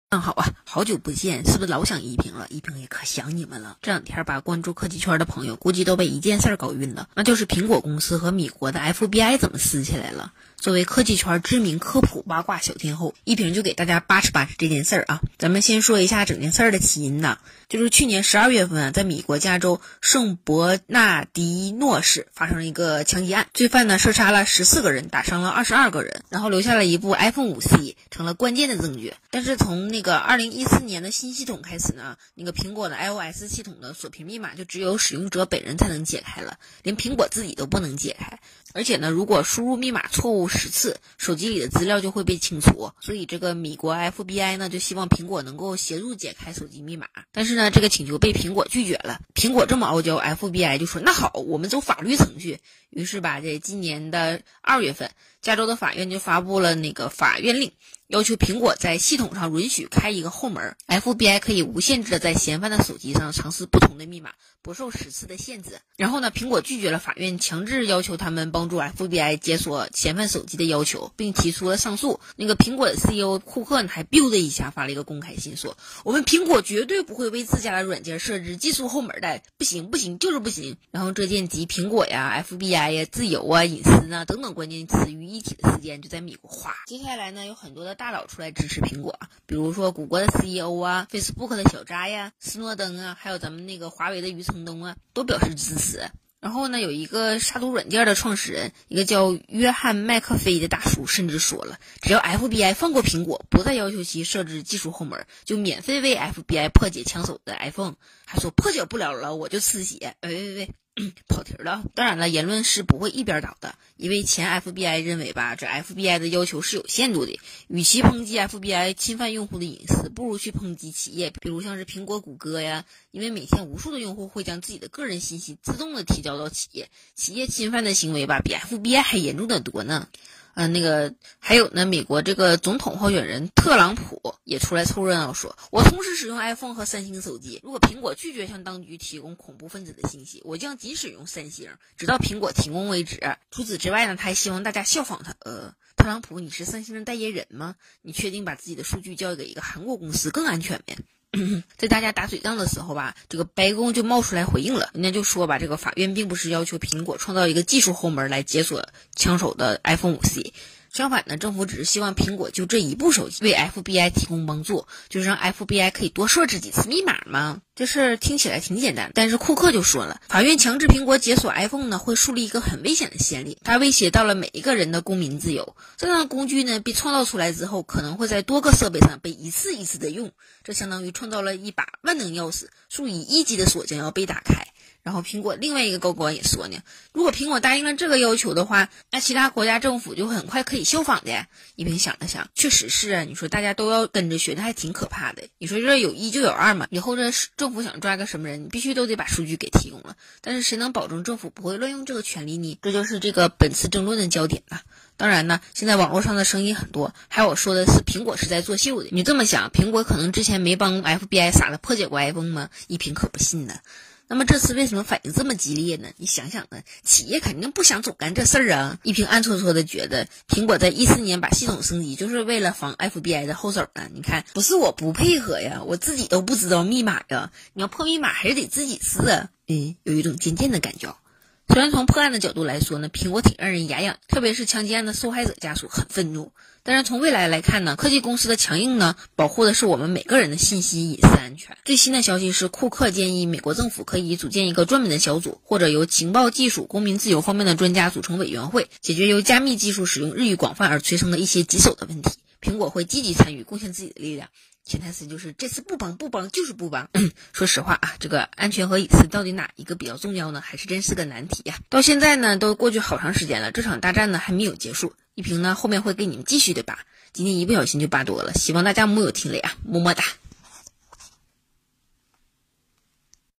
好啊，好久不见，是不是老想一平了？一平也可想你们了。这两天吧，关注科技圈的朋友估计都被一件事搞晕了，那就是苹果公司和米国的 FBI 怎么撕起来了。作为科技圈知名科普八卦小天后，一平就给大家扒扯扒扯这件事儿啊。咱们先说一下整件事儿的起因呢，就是去年12月份啊，在美国加州圣伯纳迪诺市发生了一个枪击案，罪犯呢射杀了14个人，打伤了22个人，然后留下了一部 iPhone 5C， 成了关键的证据。但是从那个2014年的新系统开始呢，那个苹果的 iOS 系统的锁屏密码就只有使用者本人才能解开了，连苹果自己都不能解开。而且呢，如果输入密码错误10次，手机里的资料就会被清除。所以这个美国 FBI 呢就希望苹果能够协助解开手机密码，但是呢这个请求被苹果拒绝了。苹果这么傲娇， FBI 就说那好，我们走法律程序。于是吧，这今年的2月份，加州的法院就发布了那个法院令，要求苹果在系统上允许开一个后门， FBI 可以无限制的在嫌犯的手机上尝试不同的密码，不受10次的限制。然后呢，苹果拒绝了法院强制要求他们帮助 FBI 解锁嫌犯手机的要求，并提出了上诉。那个苹果的 CEO 库克呢还 biu 的一下发了一个公开信，说我们苹果绝对不会为自家的软件设置技术后门的，不行不行就是不行。然后这件集苹果呀 FBI 呀自由啊隐私啊等等关键词于一体的事件就在美国哗。接下来呢，有很多的大佬出来支持苹果，比如说谷歌的 CEO 啊， Facebook 的小扎呀，斯诺登啊，还有咱们那个华为的余承东啊，都表示支持。然后呢，有一个杀毒软件的创始人，一个叫约翰麦克菲的大叔，甚至说了，只要 FBI 放过苹果，不再要求其设置技术后门，就免费为 FBI 破解枪手的 iPhone。还说破解不了了我就吃血。跑题了。当然了，言论是不会一边倒的，因为前 FBI 认为吧，这 FBI 的要求是有限度的，与其抨击 FBI 侵犯用户的隐私，不如去抨击企业，比如像是苹果、谷歌呀，因为每天无数的用户会将自己的个人信息自动的提交到企业，企业侵犯的行为吧，比 FBI 还严重的多呢。还有呢，美国这个总统候选人特朗普也出来凑热闹说，我同时使用 iPhone 和三星手机，如果苹果拒绝向当局提供恐怖分子的信息，我将仅使用三星，直到苹果提供为止。除此之外呢，他还希望大家效仿他。特朗普，你是三星的代言人吗？你确定把自己的数据交给一个韩国公司更安全吗？在大家打嘴仗的时候吧，这个白宫就冒出来回应了，人家就说吧，这个法院并不是要求苹果创造一个技术后门来解锁枪手的 iPhone 5C， 相反呢，政府只是希望苹果就这一部手机为 FBI 提供帮助，就是让 FBI 可以多设置几次密码嘛。这事儿听起来挺简单，但是库克就说了，法院强制苹果解锁 iPhone 呢，会树立一个很危险的先例，它威胁到了每一个人的公民自由。这样的工具呢，被创造出来之后，可能会在多个设备上被一次一次的用，这相当于创造了一把万能钥匙，数以亿计的锁将要被打开。然后苹果另外一个高管也说呢，如果苹果答应了这个要求的话，那其他国家政府就很快可以效仿的。一平想了想，确实是啊，你说大家都要跟着学，那还挺可怕的。你说这有一就有二嘛，以后这政府想抓个什么人，你必须都得把数据给提供了，但是谁能保证政府不会乱用这个权利呢？这就是这个本次争论的焦点了。当然呢，现在网络上的声音很多，还有说的是苹果是在作秀的。你这么想，苹果可能之前没帮 FBI 傻的破解过 iPhone 吗？一平可不信呢。那么这次为什么反应这么激烈呢？你想想呢，企业肯定不想总干这事儿啊。一平暗搓搓的觉得，苹果在14年把系统升级，就是为了防 FBI 的后手呢。你看，不是我不配合呀，我自己都不知道密码呀。你要破密码还是得自己试啊。有一种渐渐的感觉。虽然从破案的角度来说呢，苹果挺让人牙痒，特别是枪击案的受害者家属很愤怒。但是从未来来看呢，科技公司的强硬呢，保护的是我们每个人的信息隐私安全。最新的消息是，库克建议美国政府可以组建一个专门的小组，或者由情报技术、公民自由方面的专家组成委员会，解决由加密技术使用日益广泛而催生的一些棘手的问题。苹果会积极参与，贡献自己的力量。潜台词就是这次不帮就是不帮。说实话啊，这个安全和隐私到底哪一个比较重要呢？还是真是个难题呀。到现在呢，都过去好长时间了，这场大战呢还没有结束。一平呢后面会给你们继续的扒，今天一不小心就扒多了，希望大家木有听雷啊，么么哒。